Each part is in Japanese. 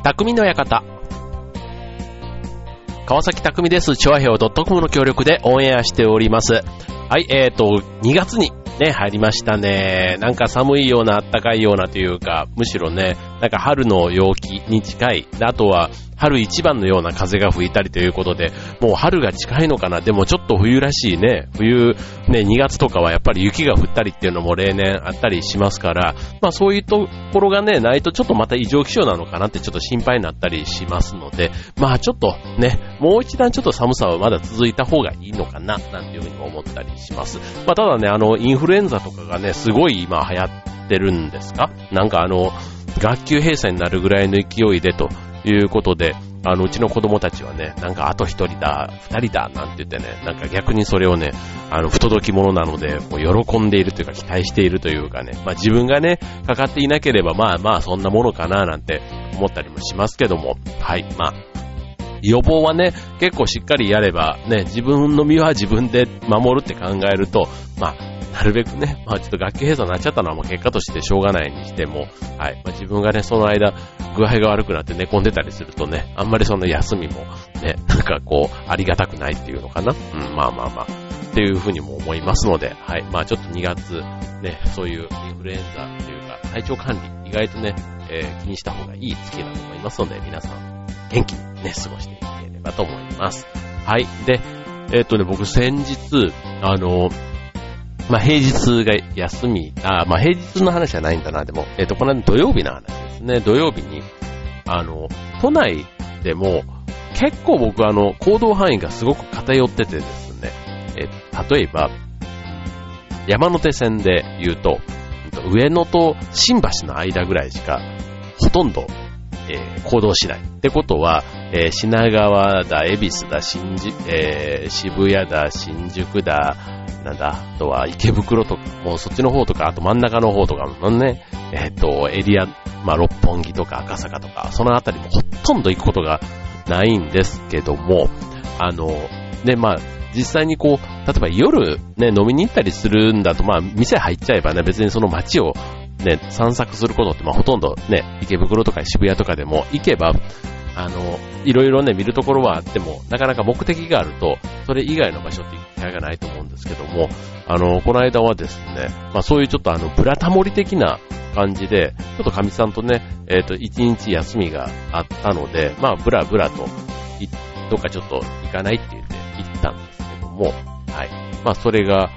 匠の館。川崎匠です。チョアヘオ .com の協力でオンエアしております。はい、2月にね、入りましたね。なんか寒いような暖かいようなというか、むしろね、なんか春の陽気に近い。あとは春一番のような風が吹いたりということで、もう春が近いのかな。でもちょっと冬らしいね。冬ね、2月とかはやっぱり雪が降ったりっていうのも例年あったりしますから、まあそういうところがね、ないとちょっとまた異常気象なのかなってちょっと心配になったりしますので、まあちょっとね、もう一段ちょっと寒さはまだ続いた方がいいのかな、なんていうふうにも思ったりします。まあただね、インフルエンザとかがね、すごい今流行ってるんですか？なんか学級閉鎖になるぐらいの勢いでということで、うちの子供たちはね、なんかあと一人だ、二人だ、なんて言ってね、なんか逆にそれをね、不届き者なので、こう喜んでいるというか期待しているというかね、まあ自分がね、かかっていなければまあまあそんなものかななんて思ったりもしますけども、はい、まあ、予防はね、結構しっかりやればね、自分の身は自分で守るって考えると、まあ、なるべくね、まあちょっと学級閉鎖になっちゃったのはもう結果としてしょうがないにしても、はい、まあ自分がね、その間、具合が悪くなって寝込んでたりするとね、あんまりその休みもね、なんかこう、ありがたくないっていうのかな。まあまあまあ、っていうふうにも思いますので、はい、まあちょっと2月、ね、そういうインフルエンザというか、体調管理、意外とね、気にした方がいい月だと思いますので、皆さん、元気にね、過ごしていければと思います。はい。で、僕先日、まあ、平日が休み、まあ、平日の話じゃないんだな、でも、この間土曜日の話ですね。土曜日に、都内でも、結構僕行動範囲がすごく偏っててですね、例えば、山手線で言うと、上野と新橋の間ぐらいしか、ほとんど、行動しない。ってことは、品川だ、恵比寿だ、渋谷だ、新宿だ、なんだ、あとは池袋とか、もうそっちの方とか、あと真ん中の方とかのね、エリア、まあ、六本木とか赤坂とか、そのあたりもほとんど行くことがないんですけども、ね、まあ、実際にこう、例えば夜ね、飲みに行ったりするんだと、まあ、店入っちゃえばね、別にその街をね、散策することって、まあ、ほとんどね、池袋とか渋谷とかでも行けば、いろいろね、見るところはあっても、なかなか目的があると、それ以外の場所って行く機会がないと思うんですけども、この間はですね、まあそういうちょっとブラタモリ的な感じで、ちょっとかみさんとね、一日休みがあったので、まあブラブラと、どっかちょっと行かないって言って行ったんですけども、はい。まあそれが、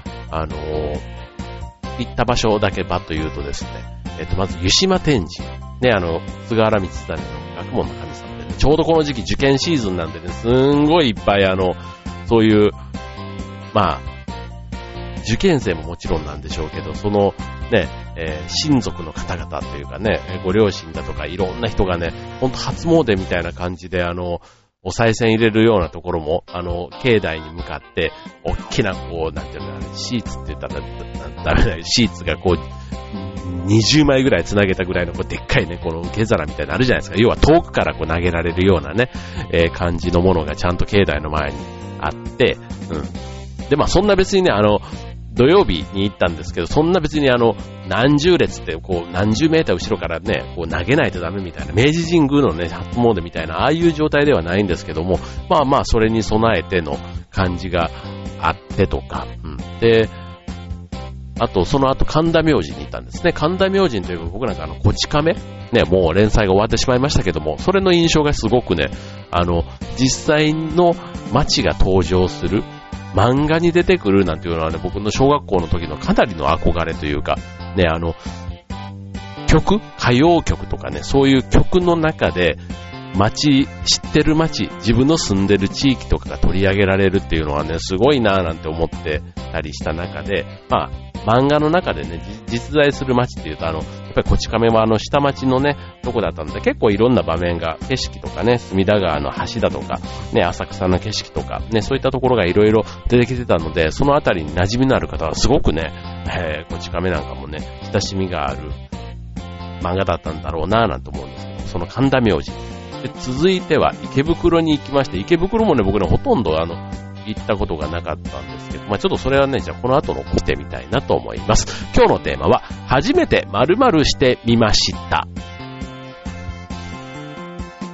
行った場所だけばっと言うとですね、まず湯島天神、ね、菅原道真の学問の神様でね、ちょうどこの時期受験シーズンなんでね、すんごいいっぱいそういう、まあ、受験生ももちろんなんでしょうけど、そのね、親族の方々というかね、ご両親だとかいろんな人がね、ほんと初詣みたいな感じでお賽銭入れるようなところも、境内に向かって、大きなこう、なんていうのかな、シーツって言ったらダメだよ、シーツがこう、20枚ぐらい繋げたぐらいのこうでっかいね、この受け皿みたいなのあるじゃないですか。要は遠くからこう投げられるようなね、感じのものがちゃんと境内の前にあって、で、まあそんな別にね、土曜日に行ったんですけど、そんな別に何十列ってこう何十メーター後ろからね、こう投げないとダメみたいな、明治神宮のね、初詣みたいな、ああいう状態ではないんですけども、まあまあそれに備えての感じがあってとか、で、あと、その後、神田明神に行ったんですね。神田明神というか、僕なんかこち亀ね、もう連載が終わってしまいましたけども、それの印象がすごくね、実際の街が登場する、漫画に出てくるなんていうのはね、僕の小学校の時のかなりの憧れというか、ね、歌謡曲とかね、そういう曲の中で、知ってる街、自分の住んでる地域とかが取り上げられるっていうのはね、すごいなぁなんて思ってたりした中で、まあ、漫画の中でね、実在する街っていうと、やっぱりこち亀は下町のね、とこだったので、結構いろんな場面が、景色とかね、隅田川の橋だとか、ね、浅草の景色とか、ね、そういったところがいろいろ出てきてたので、そのあたりに馴染みのある方はすごくね、こち亀なんかもね、親しみがある漫画だったんだろうなぁなんて思うんですけど、その神田明神。で、続いては池袋に行きまして、池袋もね、僕ね、ほとんど行ったことがなかったんですけど、まあちょっとそれはね、じゃあこの後の来てみたいなと思います。今日のテーマは、初めて〇〇してみました。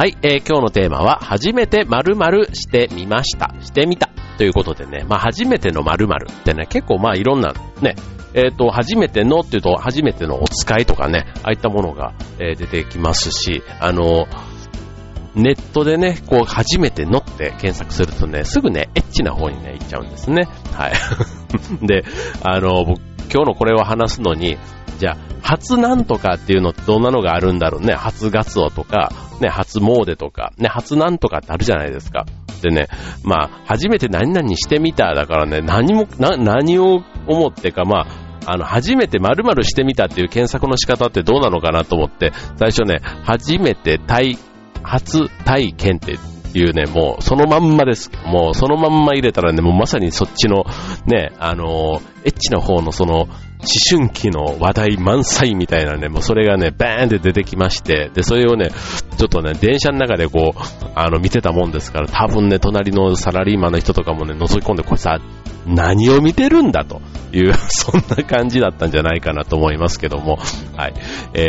はい、今日のテーマは、初めて〇〇してみました。してみた。ということでね、初めての〇〇ってね、結構いろんなね、初めてのっていうと、初めてのお使いとかね、ああいったものが、出てきますし、ネットでね、初めてのって検索するとね、すぐね、エッチな方にね、行っちゃうんですね。はい。で、僕、今日のこれを話すのに、じゃあ、初なんとかっていうのってどんなのがあるんだろうね。初ガツオとか、ね、初詣とか、ね、初なんとかってあるじゃないですか。でね、初めて何々してみただからね、何を思ってか、初めて〇〇してみたっていう検索の仕方ってどうなのかなと思って、最初ね、初めて初体験っていうね、もうそのまんまです。もうそのまんま入れたらね、もうまさにそっちのね、エッチの方のその、思春期の話題満載みたいなね、もうそれがね、バーンって出てきまして、で、それをね、ちょっとね、電車の中で見てたもんですから、多分ね、隣のサラリーマンの人とかもね、覗き込んで、これさ、何を見てるんだという、そんな感じだったんじゃないかなと思いますけども、はい。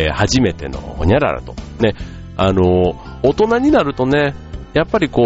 初めてのほにゃららと。ね、大人になるとね、やっぱり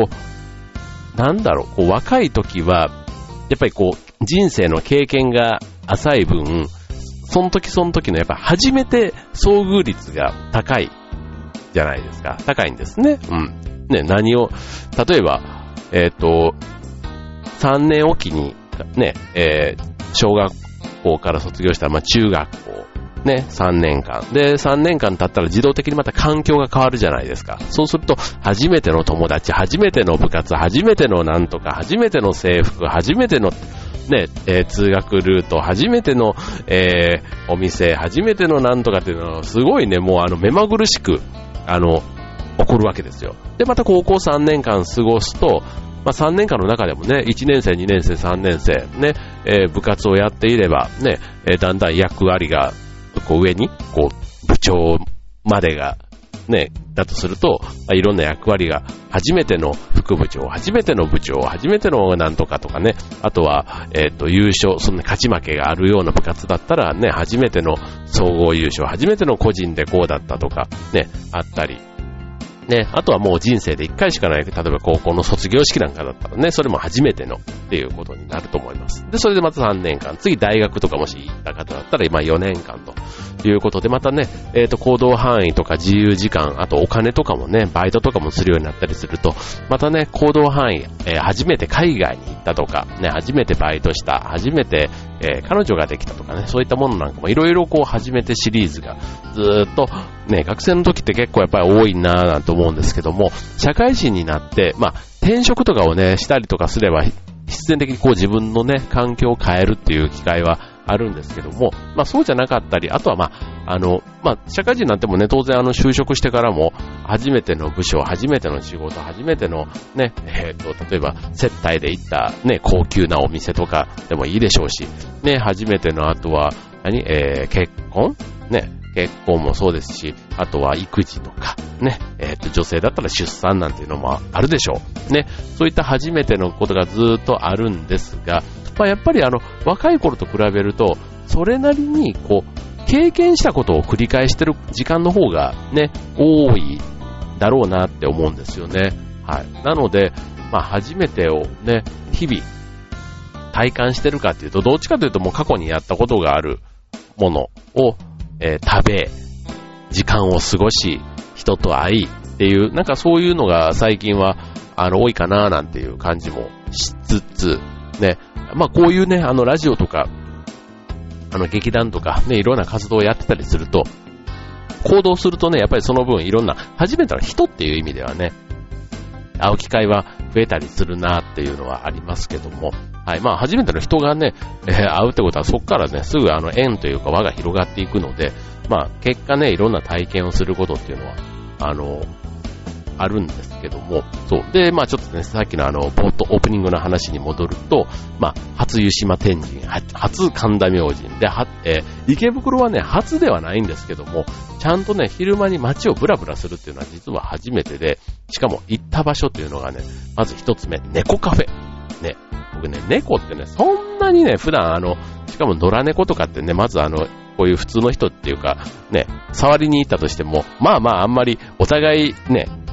若い時は、やっぱり人生の経験が浅い分、その時のやっぱ初めて遭遇率が高いじゃないですか。高いんですね。うん。ね、例えば、3年おきに、ね、小学校から卒業したら、中学校、ね、3年間。で、3年間経ったら自動的にまた環境が変わるじゃないですか。そうすると、初めての友達、初めての部活、初めてのなんとか、初めての制服、初めてのね、通学ルート、初めての、お店、初めてのなんとかっていうのは、すごいね、もう目まぐるしく、起こるわけですよ。で、また高校3年間過ごすと、3年間の中でもね、1年生、2年生、3年生、ね、部活をやっていれば、ね、だんだん役割が、上に、部長までが、ね、だとすると、いろんな役割が、初めての副部長、初めての部長、初めてのなんとかとかね、あとは、優勝、そんな勝ち負けがあるような部活だったらね、初めての総合優勝、初めての個人でこうだったとか、ね、あったり、ね、あとはもう人生で1回しかない、例えば高校の卒業式なんかだったらね、それも初めてのっていうことになると思います。で、それでまた3年間、次大学とかもし行った方だったら、4年間ということで、またね、行動範囲とか自由時間、あとお金とかもね、バイトとかもするようになったりすると、またね、行動範囲、初めて海外に行ったとか、ね、初めてバイトした、初めて、彼女ができたとかね、そういったものなんかもいろいろ初めてシリーズがずーっとね、学生の時って結構やっぱり多いなぁなんて思うんですけども、社会人になって、転職とかをね、したりとかすれば、必然的に自分のね、環境を変えるっていう機会はあるんですけども、そうじゃなかったり、あとは社会人になってもね、当然就職してからも、初めての部署、初めての仕事、初めてのね、例えば、接待で行ったね、高級なお店とかでもいいでしょうし、ね、初めてのあとは、結婚ね、結婚もそうですし、あとは育児とか、ね、女性だったら出産なんていうのもあるでしょう。ね、そういった初めてのことがずっとあるんですが、やっぱり若い頃と比べると、それなりに経験したことを繰り返してる時間の方がね、多いだろうなって思うんですよね。はい。なので、初めてをね、日々体感してるかっていうと、どっちかというともう過去にやったことがあるものを、食べ、時間を過ごし、人と会いっていう、なんかそういうのが最近は多いかななんていう感じもしつつ、ね、こういうね、ラジオとか、劇団とかね、いろんな活動をやってたりすると、行動するとね、やっぱりその分いろんな、初めての人っていう意味ではね、会う機会は増えたりするなっていうのはありますけども、はい、初めての人がね、会うってことはそこからね、すぐ縁というか輪が広がっていくので、結果ね、いろんな体験をすることっていうのは、あるんですけども、そう。で、ちょっとね、さっきのオープニングの話に戻ると、初湯島天神、初神田明神で、池袋はね、初ではないんですけども、ちゃんとね、昼間に街をブラブラするっていうのは実は初めてで、しかも行った場所っていうのがね、まず一つ目、猫カフェ。ね。僕ね、猫ってね、そんなにね、普段しかも野良猫とかってね、まずこういう普通の人っていうか、ね、触りに行ったとしても、あんまりお互いね、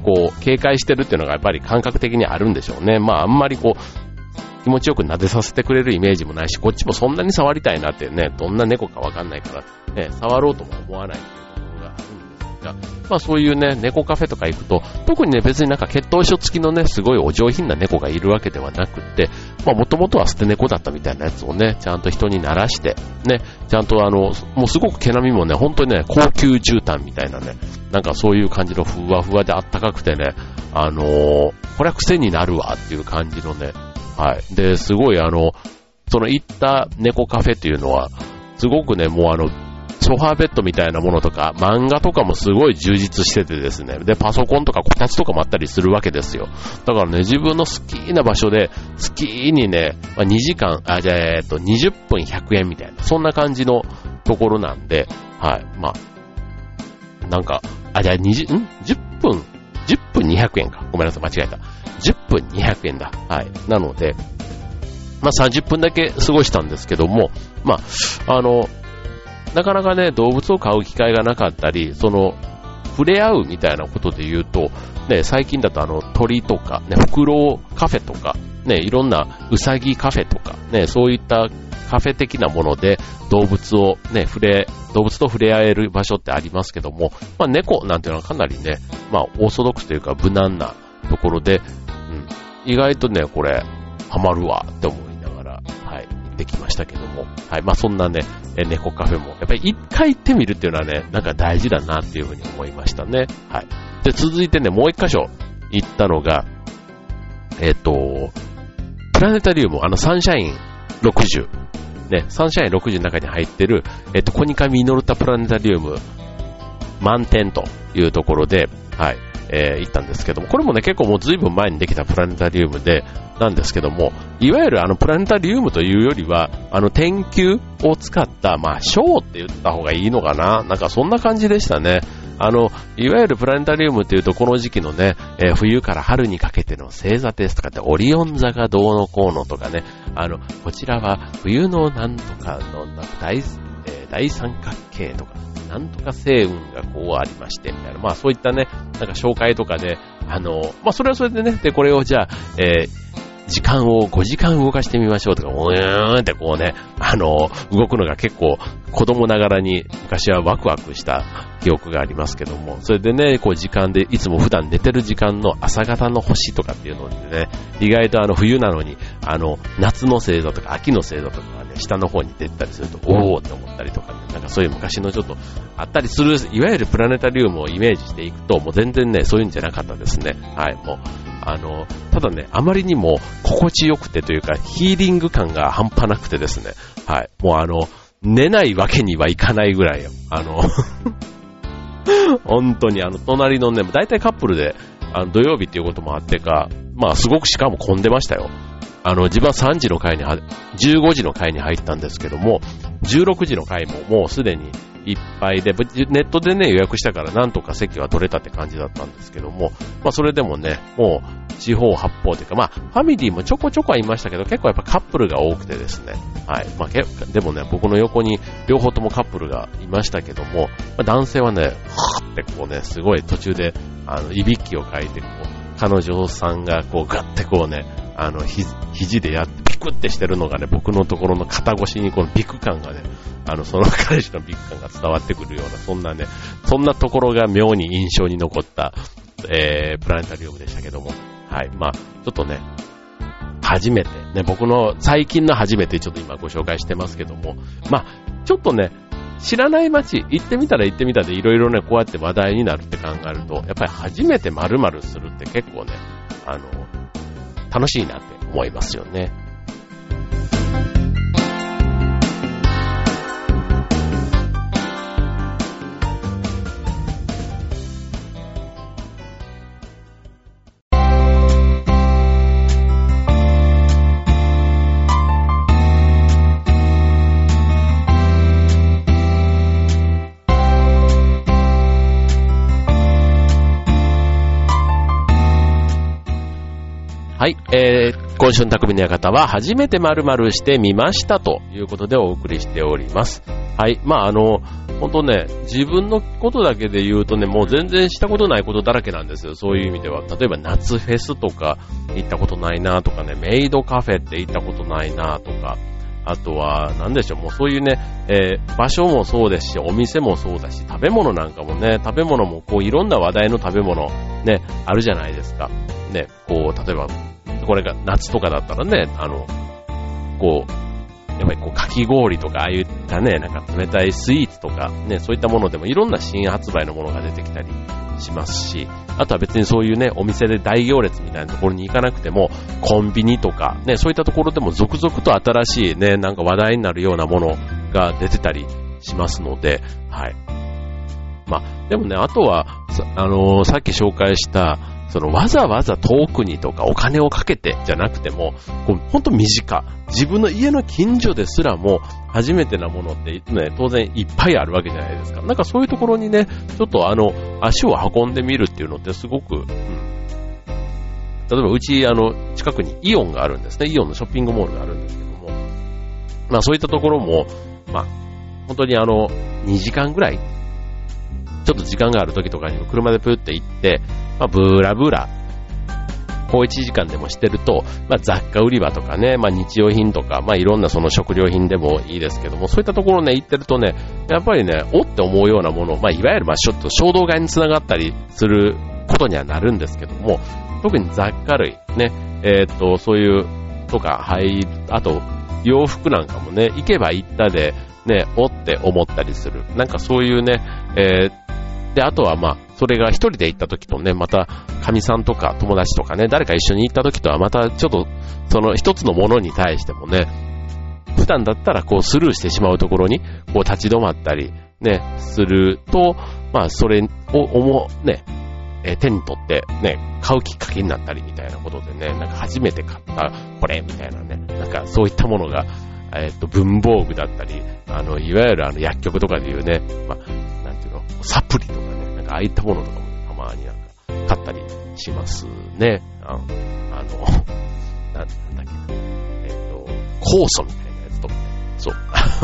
こう、警戒してるっていうのがやっぱり感覚的にあるんでしょうね。まああんまりこう、気持ちよく撫でさせてくれるイメージもないし、こっちもそんなに触りたいなってね、どんな猫かわかんないから、ね、触ろうとも思わないっていうところがあるんですが、まあそういうね、猫カフェとか行くと、特にね、別になんか血統書付きのね、すごいお上品な猫がいるわけではなくって、まあもともとは捨て猫だったみたいなやつをね、ちゃんと人に慣らして、ね、ちゃんともうすごく毛並みもね、本当にね、高級絨毯みたいなね、なんかそういう感じのふわふわであったかくてね、これは癖になるわっていう感じのね、はい。で、すごいその行った猫カフェっていうのは、すごくね、もうソファーベッドみたいなものとか、漫画とかもすごい充実しててですね。で、パソコンとかこたつとかもあったりするわけですよ。だからね、自分の好きな場所で、好きにね、2時間、20分100円みたいな、そんな感じのところなんで、はい。まあ、なんか、10分200円か。ごめんなさい、間違えた。10分200円だ。はい。なので、まあ30分だけ過ごしたんですけども、まあ、なかなかね、動物を飼う機会がなかったり、触れ合うみたいなことで言うと、ね、最近だと鳥とか、ね、フクロウカフェとか、ね、いろんなウサギカフェとか、ね、そういったカフェ的なもので動物と触れ合える場所ってありますけども、まあ猫なんていうのはかなりね、まあオーソドックスというか無難なところで、意外とね、これ、ハマるわって思いながら、はい、行ってきましたけども、はい、まあそんなね、猫カフェも、やっぱり一回行ってみるっていうのはね、なんか大事だなっていうふうに思いましたね。はい。で、続いてね、もう一箇所行ったのが、プラネタリウム、サンシャイン60。ね、サンシャイン60の中に入ってる、コニカミノルタプラネタリウム満点というところで、はい、行ったんですけども、これもね、結構もう随分前にできたプラネタリウムで、なんですけども、いわゆるプラネタリウムというよりは、天球を使った、まあ、ショーって言った方がいいのかな、なんかそんな感じでしたね。いわゆるプラネタリウムっていうと、この時期のね、冬から春にかけての星座ですとかって、オリオン座がどうのこうのとかね、こちらは冬のなんとかの大三角形とか、なんとか星雲がこうありまして、みたいな、まあそういったね、なんか紹介とかで、まあそれはそれでね、で、これをじゃあ、時間を5時間動かしてみましょうとか、ってこうね、動くのが結構子供ながらに昔はワクワクした記憶がありますけども、それでね、こう時間でいつも普段寝てる時間の朝方の星とかっていうのでね、意外と冬なのに、夏の星座とか秋の星座とかね、下の方に出たりすると、おーって思ったりとかね、なんかそういう昔のちょっとあったりする、いわゆるプラネタリウムをイメージしていくと、もう全然ね、そういうんじゃなかったですね。はい、もう。ただね、あまりにも心地よくてというか、ヒーリング感が半端なくてですね、はい、もう寝ないわけにはいかないぐらいよ。本当に隣のね、大体カップルで、土曜日っていうこともあってか、まあすごくしかも混んでましたよ。自分は3時の回に、15時の回に入ったんですけども、16時の回ももうすでにいっぱいで、ネットでね予約したからなんとか席は取れたって感じだったんですけども、まあそれでもね、もう四方八方というか、まあファミリーもちょこちょこはいましたけど、結構やっぱカップルが多くてですね、はい、まあでもね、僕の横に両方ともカップルがいましたけども、まあ、男性はね、はーってこうね、すごい途中でいびきをかいてこう、彼女さんがこうガッてこうね、肘でやってビクってしてるのがね、僕のところの肩越しにこのビク感がね、その彼氏のビク感が伝わってくるような、そんなところが妙に印象に残った、プラネタリウムでしたけども、はい、まあちょっとね、初めてね、僕の最近の初めてちょっと今ご紹介してますけども、まあちょっとね、知らない街、行ってみたら行ってみたでいろいろね、こうやって話題になるって考えると、やっぱり初めて〇〇するって結構ね、楽しいなって思いますよね。はい、今週の匠の館は初めて〇〇してみましたということでお送りしております。はい、まあ本当ね、自分のことだけで言うとね、もう全然したことないことだらけなんですよ。そういう意味では。例えば夏フェスとか行ったことないなとかね、メイドカフェって行ったことないなとか、あとは、なんでしょう、もうそういうね、場所もそうですし、お店もそうだし、食べ物なんかもね、食べ物もこういろんな話題の食べ物、ね、あるじゃないですか。ね、こう、例えば、これが夏とかだったらね、こう、やっぱりこう、かき氷とか、ああいったね、なんか冷たいスイーツとか、ね、そういったものでもいろんな新発売のものが出てきたりしますし、あとは別にそういうね、お店で大行列みたいなところに行かなくても、コンビニとか、ね、そういったところでも続々と新しいね、なんか話題になるようなものが出てたりしますので、はい。まあ、でもね、あとは、さっき紹介した、わざわざ遠くにとかお金をかけてじゃなくても、ほんと身近。自分の家の近所ですらも初めてなものってね、当然いっぱいあるわけじゃないですか。なんかそういうところにね、ちょっと足を運んでみるっていうのってすごく、例えばうち近くにイオンがあるんですね。イオンのショッピングモールがあるんですけども、まあそういったところも、まあ本当に2時間ぐらい、ちょっと時間がある時とかに車でプーって行って、まあ、ブラブラ、こう1時間でもしてると、まあ、雑貨売り場とかね、まあ、日用品とか、まあ、いろんなその食料品でもいいですけども、そういったところね、行ってるとね、やっぱりね、おって思うようなもの、まあ、いわゆるまあ、ちょっと衝動買いにつながったりすることにはなるんですけども、特に雑貨類、ね、そういう、とか、あと、洋服なんかもね、行けば行ったで、ね、おって思ったりする。なんかそういうね、で、あとはまあ、それが一人で行った時とね、また、神さんとか友達とかね、誰か一緒に行った時とはまたちょっと、その一つのものに対してもね、普段だったらこうスルーしてしまうところに、こう立ち止まったり、ね、すると、まあ、それをね、手に取ってね、買うきっかけになったりみたいなことでね、なんか初めて買ったこれみたいなね、なんかそういったものが、文房具だったり、いわゆる薬局とかでいうね、まあ、なんていうの、サプリとかね、なんかああいったものとかも、ね、たまになんか買ったりしますね。なんだっけ、酵素みたいなやつとかね、そう、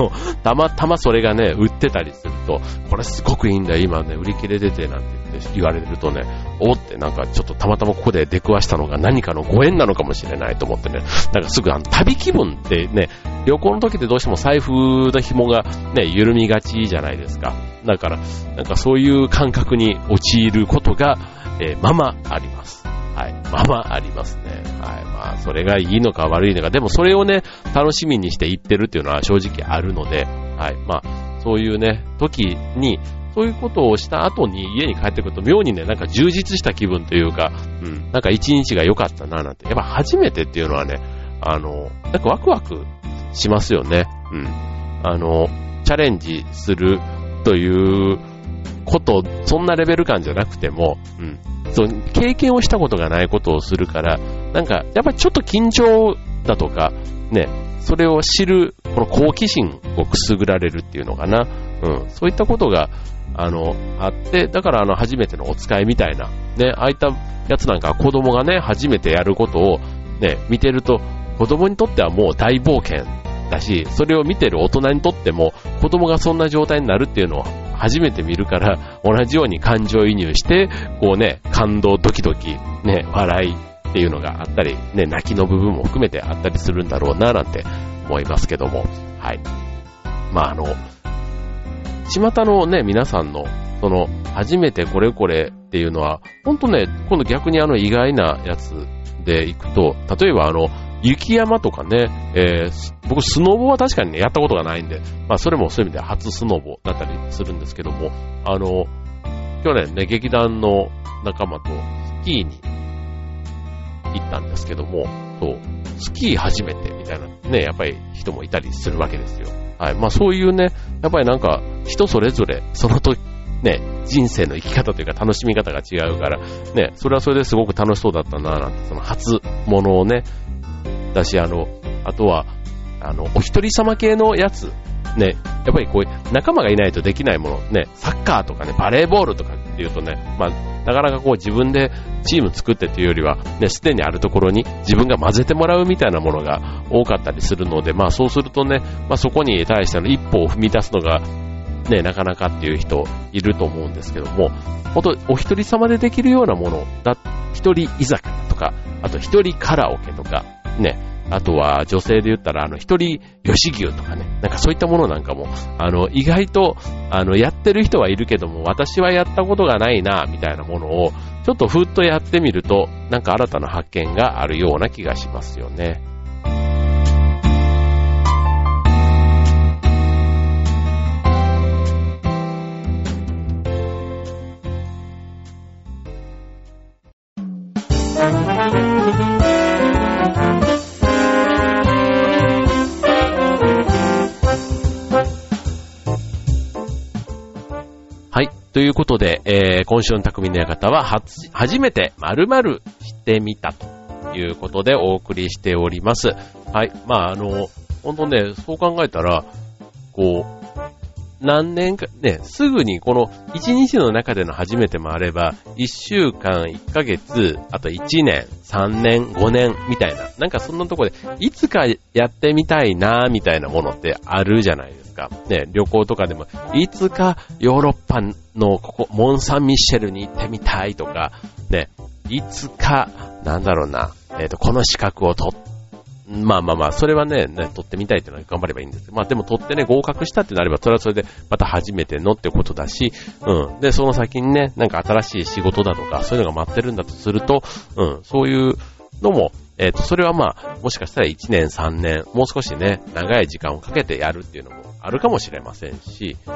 たまたまそれがね、売ってたりすると、これすごくいいんだよ、今ね、売り切れ出てなんて言われるとね、おってなんかちょっとたまたまここで出くわしたのが何かのご縁なのかもしれないと思ってね、なんかすぐ旅気分ってね、旅行の時ってどうしても財布の紐がね、緩みがちじゃないですか。だから、なんかそういう感覚に陥ることが、ままあります。はい。ままありますね。はい。まあ、それがいいのか悪いのか、でもそれをね、楽しみにして行ってるっていうのは正直あるので、はい。まあ、そういうね、時に、そういうことをした後に家に帰ってくると妙にね、なんか充実した気分というか、なんか一日が良かったななんて。やっぱ初めてっていうのはね、なんかワクワクしますよね。チャレンジするということ、そんなレベル感じゃなくても、そう、経験をしたことがないことをするから、なんか、やっぱりちょっと緊張だとか、ね、それを知る、この好奇心をくすぐられるっていうのかな。そういったことが、あって、だから初めてのお使いみたいな、ね、ああいったやつなんか子供がね、初めてやることをね、見てると、子供にとってはもう大冒険だし、それを見てる大人にとっても、子供がそんな状態になるっていうのを初めて見るから、同じように感情移入して、こうね、感動、ドキドキ、ね、笑いっていうのがあったり、ね、泣きの部分も含めてあったりするんだろうな、なんて思いますけども、はい。まあ巷のね、皆さんの、初めてこれこれっていうのは、ほんとね、今度逆に意外なやつで行くと、例えば雪山とかね、僕スノボは確かにね、やったことがないんで、まあそれもそういう意味で初スノボだったりするんですけども、去年ね、劇団の仲間とスキーに行ったんですけども、そう、スキー初めてみたいなね、やっぱり人もいたりするわけですよ。はい。まあそういうね、やっぱりなんか人それぞれその時ね、人生の生き方というか楽しみ方が違うから、ね、それはそれですごく楽しそうだったなぁなんて、その初物をね、だし、あとは、お一人様系のやつ、ね、やっぱりこう、仲間がいないとできないもの、ね、サッカーとかね、バレーボールとかっていうとね、まあ、なかなかこう自分でチーム作ってというよりは、ね、すでにあるところに自分が混ぜてもらうみたいなものが多かったりするので、まあそうするとね、まあそこに対しての一歩を踏み出すのがね、なかなかっていう人いると思うんですけども、本当お一人様でできるようなものだ、一人居酒屋とか、あと一人カラオケとか、ね、あとは女性で言ったら一人吉牛とかね、なんかそういったものなんかも意外とやってる人はいるけども、私はやったことがないなみたいなものをちょっとふっとやってみると、なんか新たな発見があるような気がしますよね。ということで、今週の匠の館は初めて〇〇してみたということでお送りしております。はい。まあ、本当ね、そう考えたら、こう、何年か、ね、すぐにこの1日の中での初めてもあれば、1週間、1ヶ月、あと1年、3年、5年みたいな、なんかそんなところで、いつかやってみたいなみたいなものってあるじゃないですか。ね、旅行とかでも、いつかヨーロッパのここ、モン・サン・ミッシェルに行ってみたいとか、ね、いつか、なんだろうな、この資格をまあ、それはね、取ってみたいっていうのは頑張ればいいんですけど、まあでも取ってね、合格したってなれば、それはそれでまた初めてのってことだし、うん。で、その先にね、なんか新しい仕事だとか、そういうのが待ってるんだとすると、うん、そういうのも、それはまあ、もしかしたら1年、3年、もう少しね、長い時間をかけてやるっていうのもあるかもしれませんし、うん。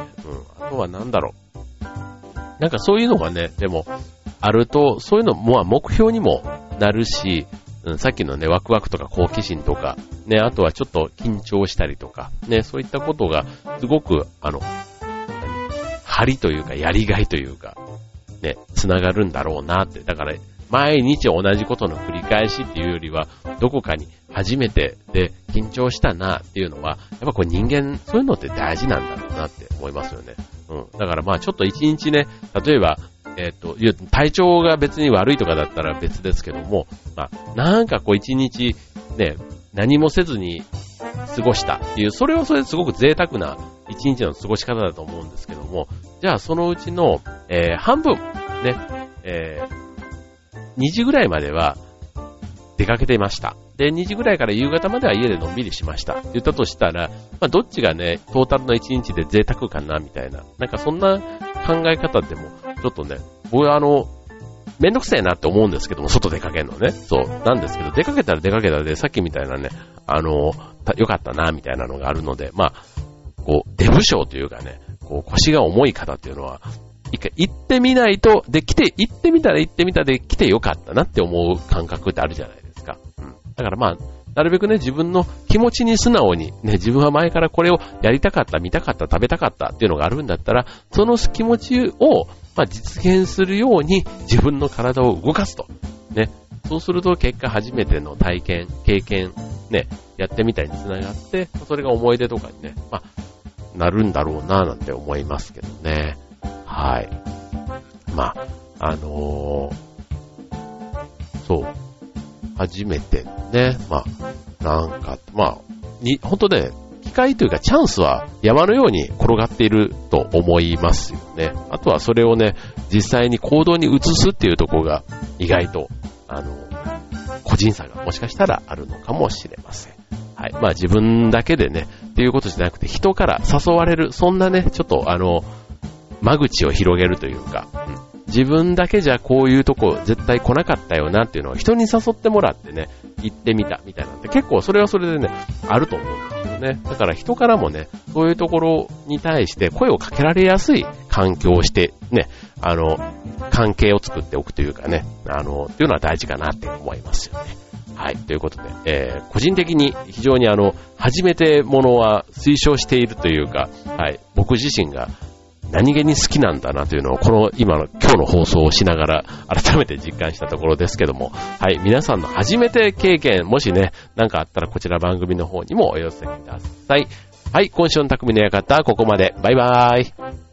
あとはなんだろう。なんかそういうのがね、でも、あると、そういうのも目標にもなるし、さっきのね、ワクワクとか好奇心とか、ね、あとはちょっと緊張したりとか、ね、そういったことが、すごく、張りというか、やりがいというか、ね、つながるんだろうなって。だから、毎日同じことの繰り返しっていうよりは、どこかに初めてで緊張したなっていうのは、やっぱこう人間、そういうのって大事なんだろうなって思いますよね。うん。だからまあちょっと一日ね、例えば、体調が別に悪いとかだったら別ですけども、まあ、なんかこう一日ね、何もせずに過ごしたっていう、それはそれですごく贅沢な一日の過ごし方だと思うんですけども、じゃあそのうちの、半分、ね、2時ぐらいまでは出かけていました。で、2時ぐらいから夕方までは家でのんびりしましたって言ったとしたら、まあどっちがね、トータルの一日で贅沢かなみたいな、なんかそんな考え方でも、ちょっとね、僕はめんどくせえなって思うんですけども、外出かけるのね。そう。なんですけど、出かけたらで、さっきみたいなね、よかったな、みたいなのがあるので、まあ、こう、出不精というかね、こう、腰が重い方っていうのは、一回行ってみないと、で、行ってみたで来てよかったなって思う感覚ってあるじゃないですか。うん。だからまあ、なるべくね、自分の気持ちに素直に、ね、自分は前からこれをやりたかった、見たかった、食べたかったっていうのがあるんだったら、その気持ちを、まあ、実現するように自分の体を動かすと。ね。そうすると結果初めての体験、経験、ね、やってみたいにつながって、それが思い出とかにね、まあ、なるんだろうななんて思いますけどね。はい。まあ、そう。初めてね、まあ、なんか、まあ、本当ね、機会というかチャンスは山のように転がっていると思いますよね。あとはそれをね、実際に行動に移すっていうところが意外と、個人差がもしかしたらあるのかもしれません。はい。まあ自分だけでね、っていうことじゃなくて人から誘われる、そんなね、ちょっと間口を広げるというか、自分だけじゃこういうとこ絶対来なかったよなっていうのを人に誘ってもらってね、行ってみたみたいなんで、結構それはそれでね、あると思うんですよね。だから人からもね、そういうところに対して声をかけられやすい環境をしてね、関係を作っておくというかね、っていうのは大事かなって思いますよね。はい。ということで、個人的に非常に初めてものは推奨しているというか、はい。僕自身が何気に好きなんだなというのを今日の放送をしながら改めて実感したところですけども、はい、皆さんの初めて経験、もしね、なんかあったらこちら番組の方にもお寄せください。はい、今週の匠の館、ここまで。バイバーイ。